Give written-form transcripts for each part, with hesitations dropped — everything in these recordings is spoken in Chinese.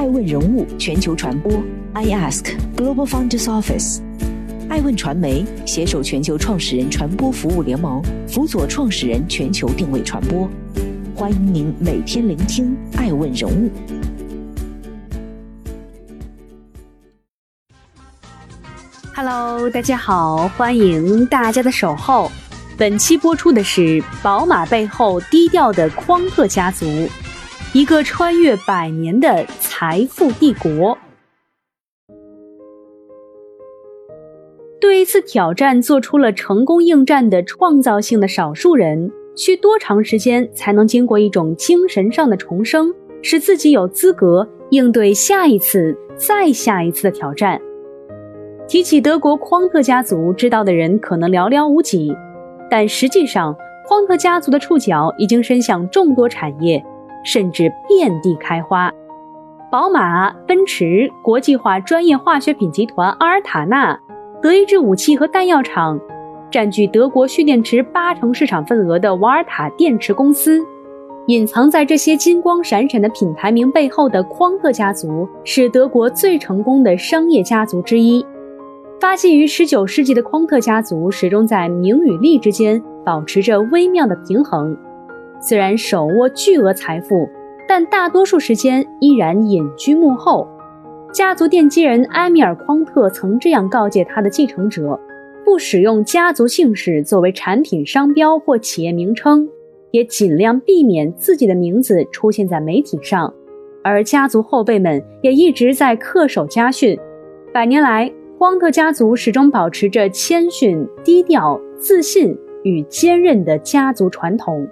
爱问人物全球传播 iAsk Global Founders Office。爱问传媒携手全球创始人传播服务联盟，辅佐创始人全球定位传播。欢迎您每天聆听爱问人物。 Hello， 大家好，欢迎大家的守候。本期播出的是宝马背后低调的匡特家族，一个穿越100年的财富帝国。对一次挑战做出了成功应战的创造性的少数人，需多长时间才能经过一种精神上的重生，使自己有资格应对下一次再下一次的挑战？提起德国匡特家族，知道的人可能寥寥无几，但实际上匡特家族的触角已经伸向众多产业，甚至遍地开花。宝马、奔驰、国际化专业化学品集团阿尔塔纳、德意志武器和弹药厂，占据德国蓄电池80%市场份额的瓦尔塔电池公司，隐藏在这些金光闪闪的品牌名背后的匡特家族，是德国最成功的商业家族之一。发迹于19世纪的匡特家族始终在名与利之间保持着微妙的平衡，虽然手握巨额财富，但大多数时间依然隐居幕后。家族奠基人埃米尔·匡特曾这样告诫他的继承者：不使用家族姓氏作为产品商标或企业名称，也尽量避免自己的名字出现在媒体上。而家族后辈们也一直在恪守家训。100年来，匡特家族始终保持着谦逊、低调、自信与坚韧的家族传统。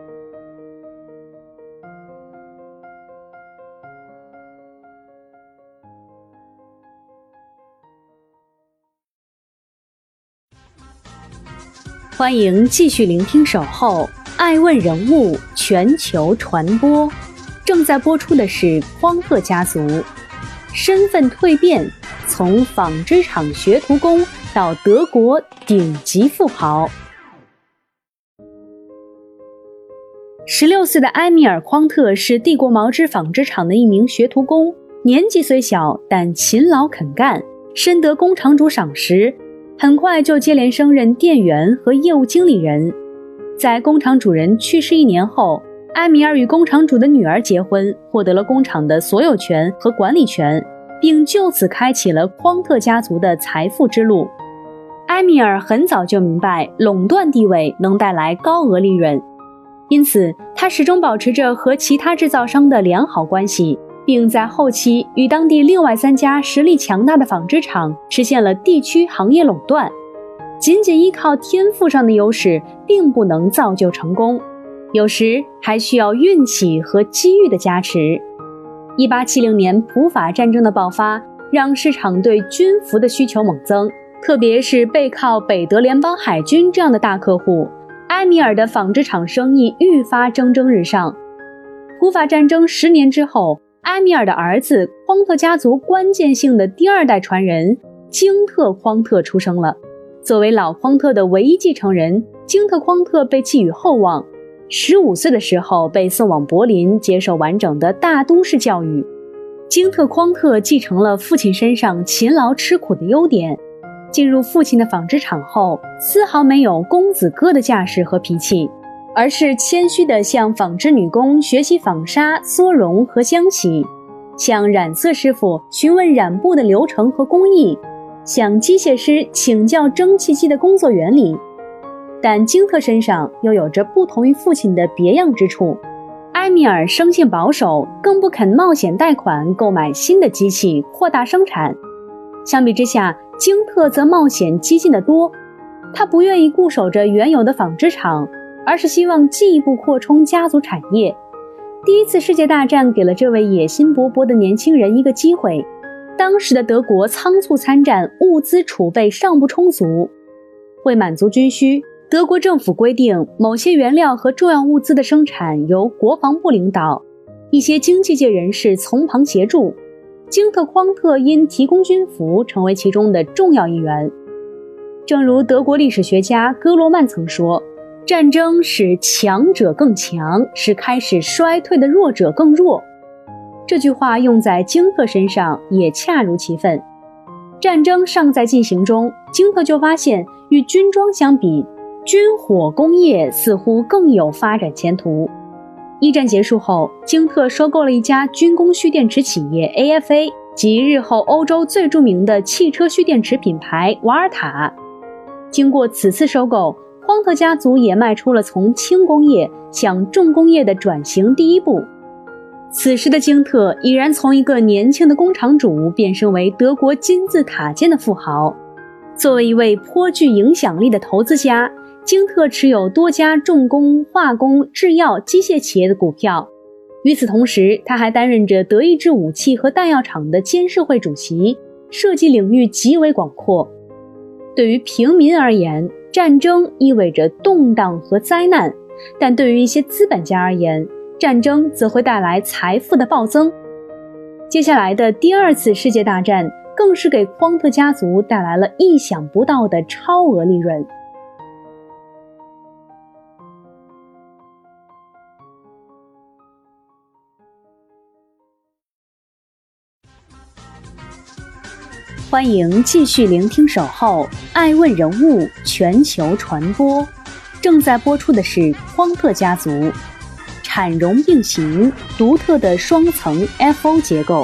欢迎继续聆听守候爱问人物全球传播。正在播出的是匡特家族，身份蜕变，从纺织厂学徒工到德国顶级富豪。16岁的埃米尔·匡特是帝国毛织纺织厂的一名学徒工，年纪虽小，但勤劳肯干，深得工厂主赏识，很快就接连升任店员和业务经理人。在工厂主人去世1年后，埃米尔与工厂主的女儿结婚，获得了工厂的所有权和管理权，并就此开启了匡特家族的财富之路。埃米尔很早就明白垄断地位能带来高额利润，因此他始终保持着和其他制造商的良好关系，并在后期与当地另外3家实力强大的纺织厂实现了地区行业垄断。仅仅依靠天赋上的优势并不能造就成功，有时还需要运气和机遇的加持。1870年普法战争的爆发，让市场对军服的需求猛增，特别是背靠北德联邦海军这样的大客户，埃米尔的纺织厂生意愈发蒸蒸日上。普法战争10年之后，埃米尔的儿子匡特家族关键性的第2代传人京特·匡特出生了。作为老匡特的唯一继承人，京特·匡特被寄予厚望。15岁的时候被送往柏林接受完整的大都市教育。京特·匡特继承了父亲身上勤劳吃苦的优点，进入父亲的纺织厂后，丝毫没有公子哥的架势和脾气，而是谦虚地向纺织女工学习纺纱、缩绒和浆洗，向染色师傅询问染布的流程和工艺，向机械师请教蒸汽机的工作原理。但京特身上又有着不同于父亲的别样之处。埃米尔生性保守，更不肯冒险贷款购买新的机器扩大生产。相比之下，京特则冒险激进得多。他不愿意固守着原有的纺织厂，而是希望进一步扩充家族产业。第1次世界大战给了这位野心勃勃的年轻人一个机会。当时的德国仓促参战，物资储备尚不充足，为满足军需，德国政府规定某些原料和重要物资的生产由国防部领导，一些经济界人士从旁协助。京特·匡特因提供军服成为其中的重要一员。正如德国历史学家戈罗曼曾说，战争使强者更强，使开始衰退的弱者更弱。 这句话用在京特身上也恰如其分。战争尚在进行中，京特就发现与军装相比，军火工业似乎更有发展前途。一战结束后，京特收购了一家军工蓄电池企业 AFA 及日后欧洲最著名的汽车蓄电池品牌瓦尔塔。经过此次收购，匡特家族也迈出了从轻工业向重工业的转型第一步。此时的京特已然从一个年轻的工厂主变身为德国金字塔尖的富豪。作为一位颇具影响力的投资家，京特持有多家重工、化工、制药、机械企业的股票。与此同时，他还担任着德意志武器和弹药厂的监事会主席，涉及领域极为广阔。对于平民而言，战争意味着动荡和灾难，但对于一些资本家而言，战争则会带来财富的暴增。接下来的第二次世界大战更是给匡特家族带来了意想不到的超额利润。欢迎继续聆听守候爱问人物全球传播，正在播出的是匡特家族，产融并行，独特的双层 FO 结构。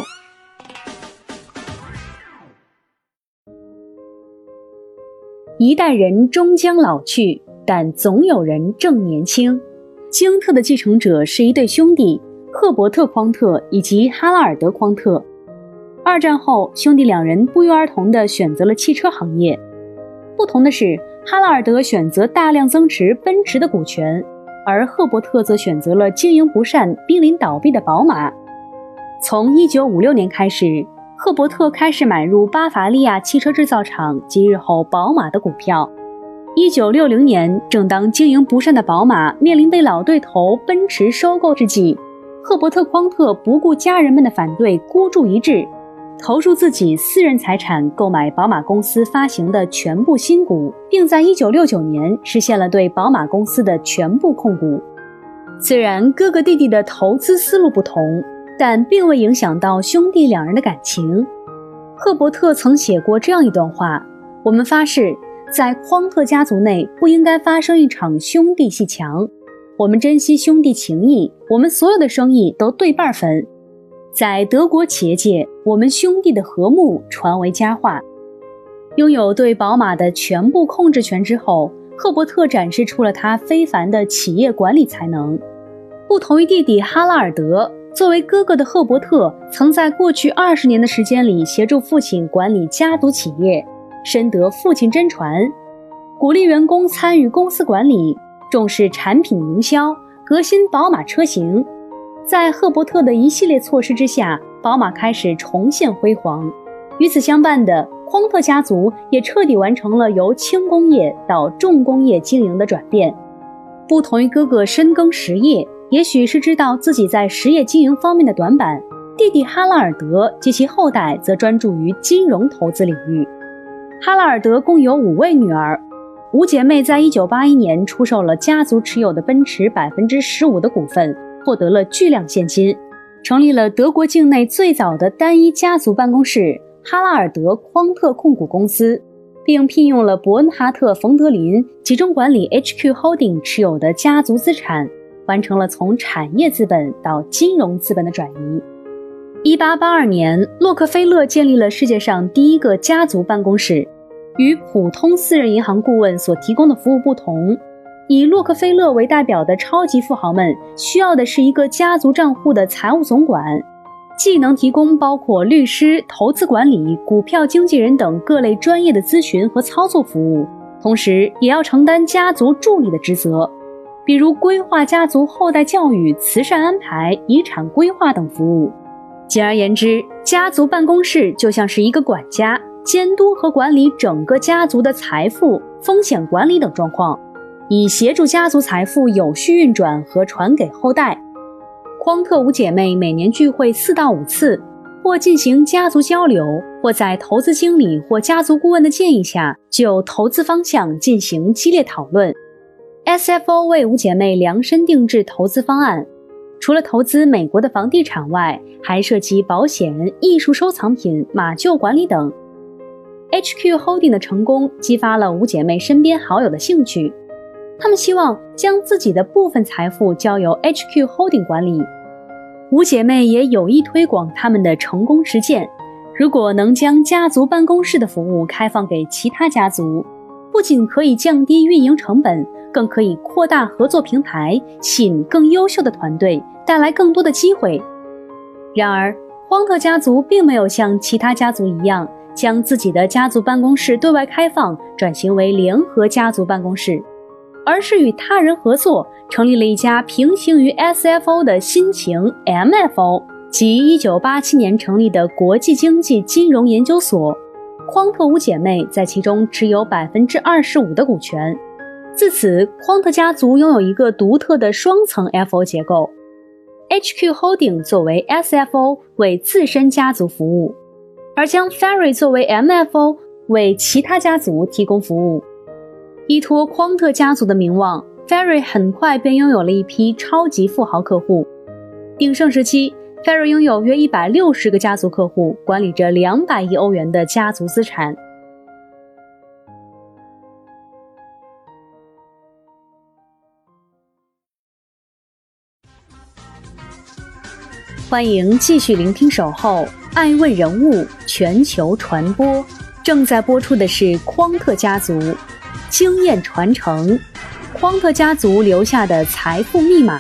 一代人终将老去，但总有人正年轻。京特的继承者是一对兄弟，赫伯特·匡特以及哈拉尔德·匡特。二战后，兄弟两人不约而同地选择了汽车行业。不同的是，哈拉尔德选择大量增持奔驰的股权，而赫伯特则选择了经营不善、濒临倒闭的宝马。从1956年开始，赫伯特开始买入巴伐利亚汽车制造厂及日后宝马的股票。1960年，正当经营不善的宝马面临被老对头奔驰收购之际，赫伯特·匡特不顾家人们的反对，孤注一掷，投入自己私人财产购买宝马公司发行的全部新股，并在1969年实现了对宝马公司的全部控股。虽然哥哥弟弟的投资思路不同，但并未影响到兄弟两人的感情。赫伯特曾写过这样一段话：我们发誓，在匡特家族内不应该发生一场兄弟阋墙，我们珍惜兄弟情谊，我们所有的生意都对半分。在德国企业界，我们兄弟的和睦传为佳话。拥有对宝马的全部控制权之后，赫伯特展示出了他非凡的企业管理才能。不同于弟弟哈拉尔德，作为哥哥的赫伯特曾在过去20年的时间里协助父亲管理家族企业，深得父亲真传，鼓励员工参与公司管理，重视产品营销，革新宝马车型。在赫伯特的一系列措施之下，宝马开始重现辉煌。与此相伴的，匡特家族也彻底完成了由轻工业到重工业经营的转变。不同于哥哥深耕实业，也许是知道自己在实业经营方面的短板，弟弟哈拉尔德及其后代则专注于金融投资领域。哈拉尔德共有5位女儿，5姐妹在1981年出售了家族持有的奔驰15%的股份，获得了巨量现金，成立了德国境内最早的单一家族办公室哈拉尔德匡特控股公司，并聘用了伯恩哈特·冯德林集中管理 HQ Holding 持有的家族资产，完成了从产业资本到金融资本的转移。1882年，洛克菲勒建立了世界上第一个家族办公室。与普通私人银行顾问所提供的服务不同，以洛克菲勒为代表的超级富豪们需要的是一个家族账户的财务总管，既能提供包括律师、投资管理、股票经纪人等各类专业的咨询和操作服务，同时也要承担家族助理的职责，比如规划家族后代教育、慈善安排、遗产规划等服务。简而言之，家族办公室就像是一个管家，监督和管理整个家族的财富、风险管理等状况，以协助家族财富有序运转和传给后代。匡特5姐妹每年聚会4到5次，或进行家族交流，或在投资经理或家族顾问的建议下，就投资方向进行激烈讨论。SFO 为5姐妹量身定制投资方案， 除了投资美国的房地产外，还涉及保险、艺术收藏品、马厩管理等。HQ Holding 的成功激发了五姐妹身边好友的兴趣，她们希望将自己的部分财富交由 HQ Holding 管理。五姐妹也有意推广她们的成功实践，如果能将家族办公室的服务开放给其他家族，不仅可以降低运营成本，更可以扩大合作平台，吸引更优秀的团队，带来更多的机会。然而，荒特家族并没有像其他家族一样，将自己的家族办公室对外开放，转型为联合家族办公室，而是与他人合作，成立了一家平行于 SFO 的新型 MFO， 即1987年成立的国际经济金融研究所。匡特五姐妹在其中持有 25% 的股权。自此，匡特家族拥有一个独特的双层 FO 结构。HQ Holding 作为 SFO 为自身家族服务，而将 Ferry 作为 MFO 为其他家族提供服务。依托匡特家族的名望， Ferry 很快便拥有了一批超级富豪客户。鼎盛时期， Ferry 拥有约160个家族客户，管理着200亿欧元的家族资产。欢迎继续聆听守候爱问人物全球传播，正在播出的是匡特家族经验传承，匡特家族留下的财富密码。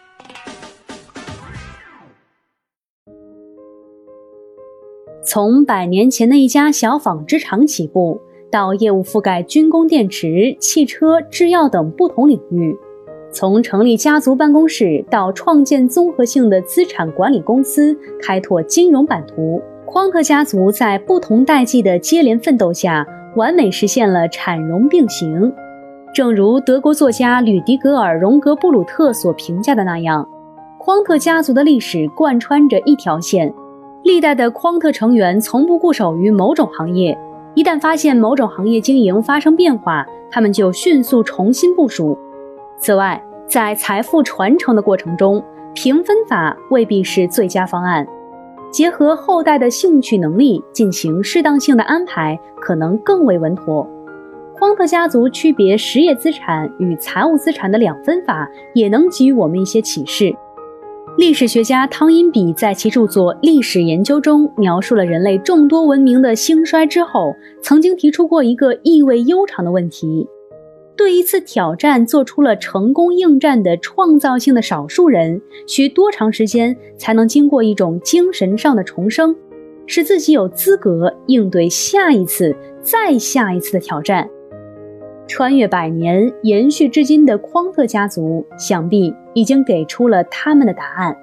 从100年前的一家小纺织厂起步，到业务覆盖军工电池、汽车、制药等不同领域，从成立家族办公室到创建综合性的资产管理公司，开拓金融版图，匡特家族在不同代际的接连奋斗下，完美实现了产荣并行。正如德国作家吕迪格尔·荣格布鲁特所评价的那样，匡特家族的历史贯穿着一条线，历代的匡特成员从不固守于某种行业，一旦发现某种行业经营发生变化，他们就迅速重新部署。此外，在财富传承的过程中，平分法未必是最佳方案，结合后代的兴趣能力进行适当性的安排，可能更为稳妥。匡特家族区别实业资产与财务资产的2分法，也能给予我们一些启示。历史学家汤因比在其著作《历史研究》中描述了人类众多文明的兴衰之后，曾经提出过一个意味悠长的问题：对一次挑战做出了成功应战的创造性的少数人，需多长时间才能经过一种精神上的重生，使自己有资格应对下一次、再下一次的挑战？穿越100年，延续至今的匡特家族，想必已经给出了他们的答案。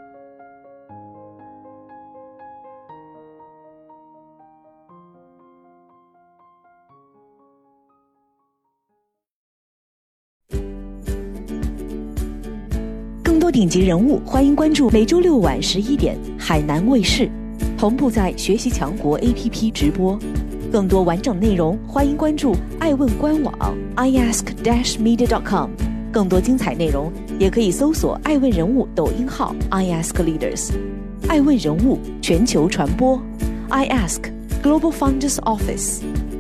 更多顶级人物，欢迎关注每周6晚11点海南卫视，同步在学习强国 APP 直播。更多完整内容，欢迎关注爱问官网 iask-media.com。更多精彩内容，也可以搜索爱问人物抖音号 iaskleaders。爱问人物全球传播 ，iAsk Global Founders Office。